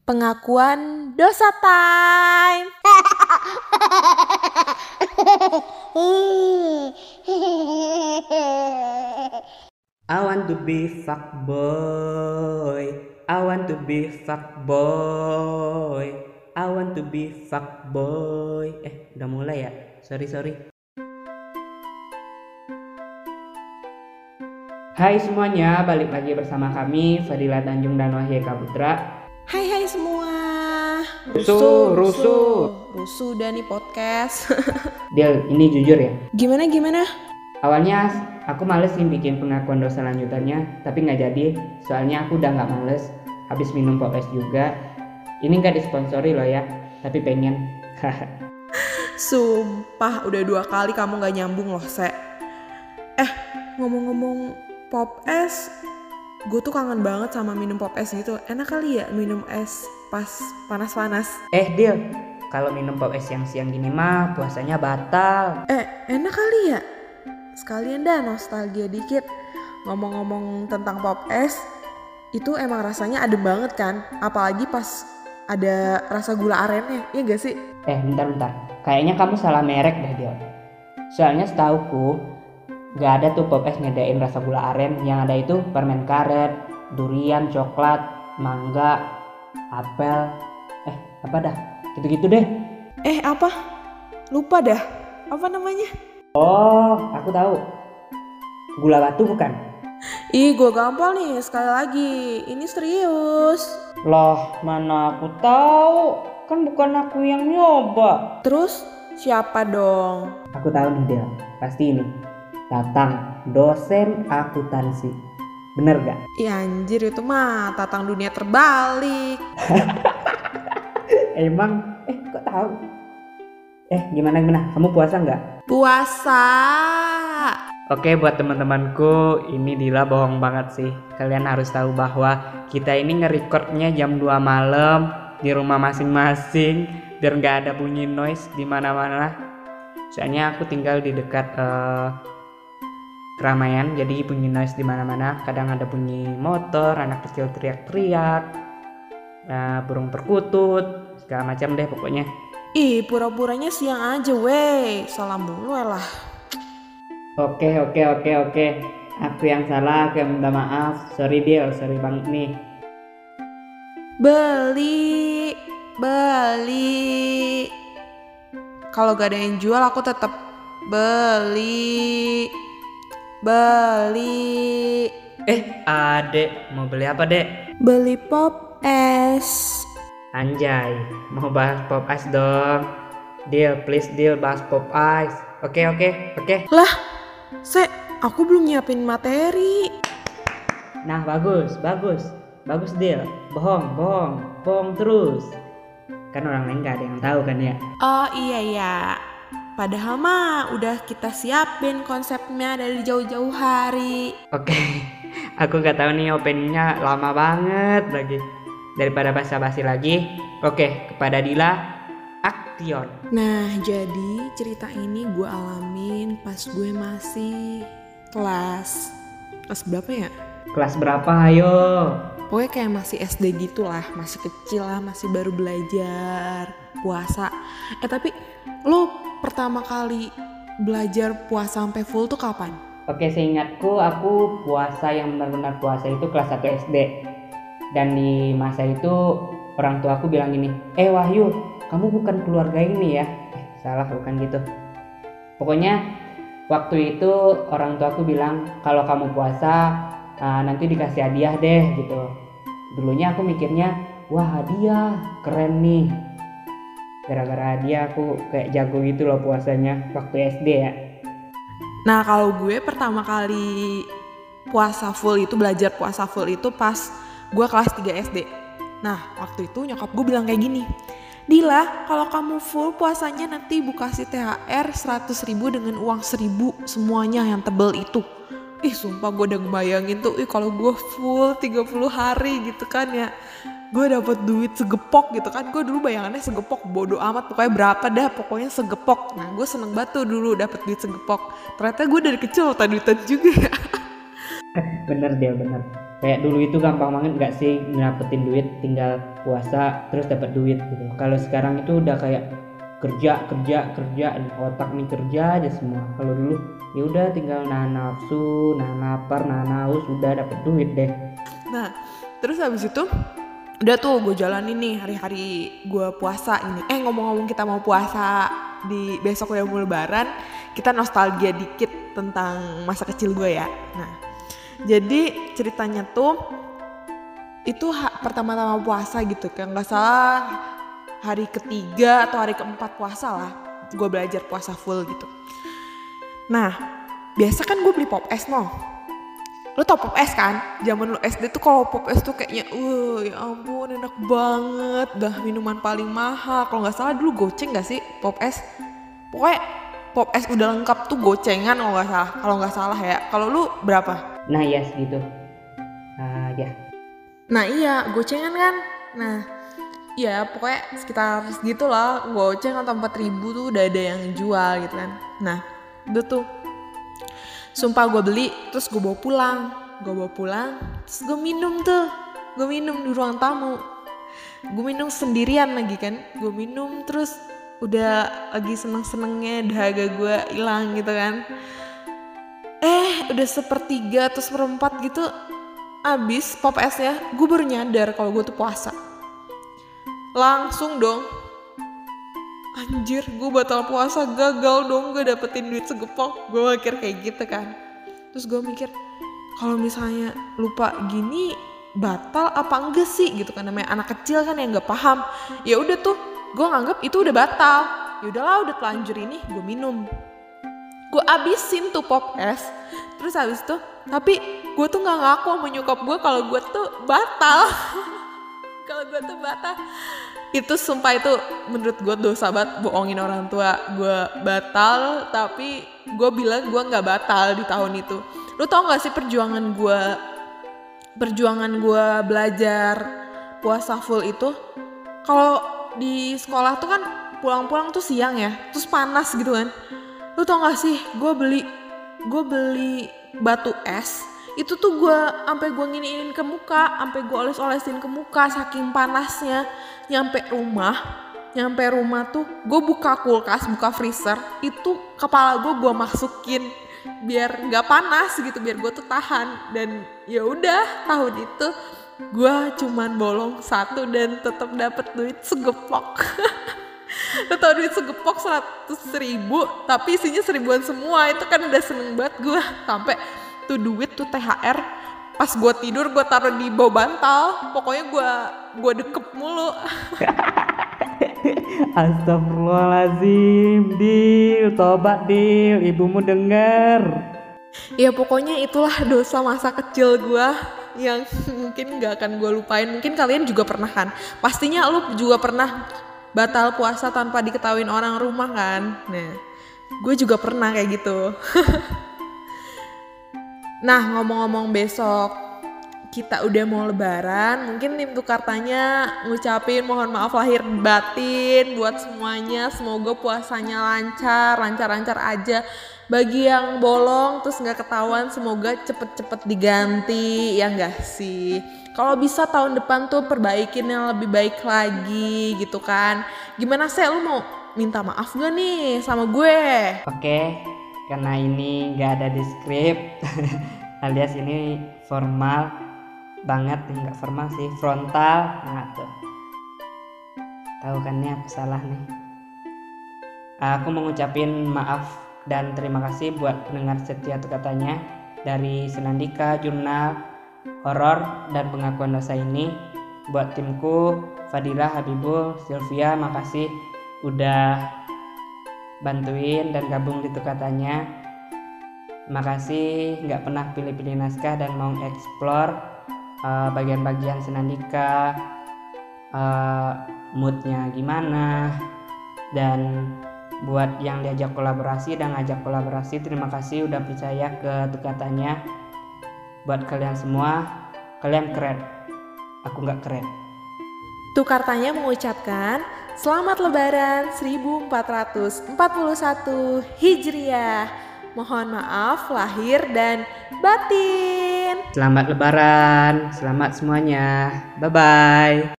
Pengakuan dosa time. I want to be fuckboy. I want to be fuckboy. I want to be fuckboy. Udah mulai ya? Sorry. Hai semuanya, balik lagi bersama kami Fadila Tanjung dan Wahyu Kaputra. Hai semua. Rusuh udah nih podcast. Del, ini jujur ya. Gimana? Awalnya aku males nih bikin pengakuan dosa lanjutannya, tapi nggak jadi. Soalnya aku udah nggak males. Habis minum pop es juga. Ini nggak disponsori loh ya, tapi pengen. Sumpah udah 2 kali kamu gak nyambung loh, Se. Ngomong-ngomong pop es, gue tuh kangen banget sama minum pop es gitu. Enak kali ya minum es pas panas-panas. Del, kalau minum pop es siang-siang gini mah puasanya batal. Enak kali ya. Sekalian dah nostalgia dikit. Ngomong-ngomong tentang pop es, itu emang rasanya adem banget kan? Apalagi pas ada rasa gula arennya, iya gak sih? Bentar. Kayaknya kamu salah merek dah, Del. Soalnya setauku gak ada tuh pop es ngedain rasa gula aren. Yang ada itu permen karet, durian, coklat, mangga, apel, apa dah? Gitu-gitu deh. Apa? Lupa dah. Apa namanya? Oh, aku tahu. Gula batu bukan? Ih, gue gampang nih sekali lagi. Ini serius. Loh, mana aku tahu. Kan bukan aku yang nyoba. Terus siapa dong? Aku tahu nih, Del. Pasti ini. Tatang, dosen akuntansi. Bener gak? Ih anjir, itu mah Tatang dunia terbalik. Emang? Kok tahu? Gimana? Kamu puasa nggak? Puasa. Oke, buat teman-temanku, ini Dila bohong banget sih. Kalian harus tahu bahwa kita ini nge-recordnya jam 2 malam di rumah masing-masing biar nggak ada bunyi noise di mana-mana. Soalnya aku tinggal di dekat keramaian, jadi bunyi noise di mana-mana. Kadang ada bunyi motor, anak kecil teriak-teriak, burung perkutut, segala macam deh pokoknya. Ih, pura-puranya siang aja weh. Salam mulu lah. Oke. Aku yang salah, aku yang minta maaf. Sorry Del, sorry banget nih. Beli. Kalau gak ada yang jual aku tetap beli. Adek, mau beli apa dek? Beli pop es. Anjay, mau bahas pop ice dong. Deal, please deal, bahas pop ice. Oke. Lah, aku belum nyiapin materi. Nah, bagus deal. Bohong terus. Kan orang lain gak ada yang tahu kan ya. Oh iya. Padahal mah udah kita siapin konsepnya dari jauh-jauh hari. Oke, aku gak tahu nih openingnya lama banget lagi. Daripada basa-basi lagi, oke, kepada Dila, action. Nah, jadi cerita ini gue alamin pas gue masih kelas berapa ya? Kelas berapa, ayo? Pokoknya kayak masih SD gitu lah, masih kecil lah, masih baru belajar puasa. Tapi lo pertama kali belajar puasa sampai full tuh kapan? Oke, seingatku aku puasa yang benar-benar puasa itu kelas 1 SD. Dan di masa itu orang tua aku bilang gini, Wahyu, kamu bukan keluarga ini ya. Salah, bukan gitu. Pokoknya waktu itu orang tua aku bilang kalau kamu puasa nanti dikasih hadiah deh gitu. Dulunya aku mikirnya, wah hadiah, keren nih. Gara-gara hadiah aku kayak jago gitu loh puasanya waktu SD ya. Nah kalau gue pertama kali belajar puasa full itu pas gue kelas 3 SD. Nah waktu itu nyokap gue bilang kayak gini, Dila, kalau kamu full puasanya nanti ibu kasih THR 100.000 dengan uang 1.000 semuanya yang tebel itu. Sumpah gue udah ngebayangin tuh, kalau gue full 30 hari gitu kan ya, gue dapet duit segepok gitu kan. Gue dulu bayangannya segepok, bodo amat pokoknya berapa dah, pokoknya segepok. Nah gue seneng banget tuh dulu dapet duit segepok. Ternyata gue dari kecil duitan juga ya. Bener. Kayak dulu itu gampang banget gak sih dapetin duit, tinggal puasa terus dapat duit gitu. Kalau sekarang itu udah kayak kerja otak nih kerja aja semua. Kalau dulu ya udah tinggal nahan nafsu, nahan lapar, nahan haus, udah dapet duit deh. Nah terus habis itu udah tuh gue jalanin nih hari-hari gue puasa ini. Ngomong-ngomong kita mau puasa di besok udah mau lebaran, kita nostalgia dikit tentang masa kecil gue ya. Nah jadi ceritanya tuh itu pertama-tama puasa gitu, kayak nggak salah hari ketiga atau hari keempat puasa lah, gue belajar puasa full gitu. Nah biasa kan gue beli pop es no. Lo tau pop es kan? Zaman lo SD tuh kalau pop es tuh kayaknya ya ampun enak banget, dah minuman paling mahal. Kalau nggak salah dulu goceng nggak sih pop es? Pokoknya pop es udah lengkap tuh gocengan kalau nggak salah ya. Kalau lu berapa? Nah iya segitu. Ya. Nah iya gocengan kan. Nah ya pokoknya sekitar segitu lah, goceng atau 4.000 tuh udah ada yang jual gitu kan. Nah itu tuh sumpah gue beli terus gue bawa pulang terus gue minum di ruang tamu. Gue minum sendirian lagi kan, gue minum terus udah lagi seneng-senengnya dahaga gue hilang gitu kan. Udah 1/3 atau 1/4 gitu abis pop esnya, gue baru nyadar kalau gue tuh puasa. Langsung dong, anjir gue batal puasa, gagal dong gue dapetin duit segepok. Gue mikir kayak gitu kan. Terus gue mikir kalau misalnya lupa gini batal apa enggak sih gitu kan, namanya anak kecil kan yang nggak paham. Ya udah tuh gue nganggep itu udah batal. Ya udahlah udah telanjur ini gue minum, gue abisin tuh pop es. Terus habis itu tapi gue tuh nggak ngaku sama nyokap gue kalau gue tuh batal. Kalau gue tuh batal, itu sumpah itu menurut gue dosa banget bohongin orang tua. Gue batal tapi gue bilang gue nggak batal di tahun itu. Lu tau nggak sih perjuangan gue belajar puasa full itu? Kalau di sekolah tuh kan pulang-pulang tuh siang ya, terus panas gitu kan. Lu tau nggak sih gue beli batu es itu tuh gue sampai gue nginiin ke muka, sampai gue oles-olesin ke muka saking panasnya. Nyampe rumah tuh gue buka kulkas, buka freezer, itu kepala gue masukin biar nggak panas gitu, biar gue tuh tahan. Dan ya udah tahun itu gue cuman bolong 1 dan tetap dapet duit segepok. Lo tau duit segepok 100.000 tapi isinya 1.000-an semua, itu kan udah seneng banget gue. Sampai tuh duit tuh THR pas gue tidur gue taruh di bawah bantal, pokoknya gue dekep mulu. Astagfirullahaladzim, Dil, tobat Dil, ibumu denger. Ya pokoknya itulah dosa masa kecil gue yang mungkin gak akan gue lupain. Mungkin kalian juga pernah kan, pastinya lu juga pernah batal puasa tanpa diketahuin orang rumah kan. Nah gue juga pernah kayak gitu. Nah ngomong-ngomong besok kita udah mau lebaran, mungkin tim tukar tanya ngucapin mohon maaf lahir batin buat semuanya. Semoga puasanya lancar aja. Bagi yang bolong terus gak ketahuan, semoga cepet-cepet diganti, ya gak sih? Kalau bisa tahun depan tuh perbaikin yang lebih baik lagi gitu kan. Gimana sih, lu mau minta maaf gak nih sama gue? Oke. Karena ini gak ada di skrip alias ini formal banget, nggak formal sih, frontal. Nah tuh tahu kan nih aku salah nih. Aku mau ngucapin maaf dan terima kasih buat pendengar setia tuh katanya dari Senandika, Jurnal Horor dan Pengakuan Dosa ini. Buat timku Fadila, Habibul, Sylvia, makasih udah bantuin dan gabung di tuh katanya. Makasih nggak pernah pilih-pilih naskah dan mau explore bagian-bagian Senandika, moodnya gimana. Dan buat yang diajak kolaborasi dan ngajak kolaborasi, terima kasih udah percaya ke tuh katanya. Buat kalian semua, kalian keren, aku nggak keren. Tukar Tanya mengucapkan Selamat Lebaran 1441 Hijriah. Mohon maaf lahir dan batin. Selamat Lebaran, selamat semuanya. Bye-bye.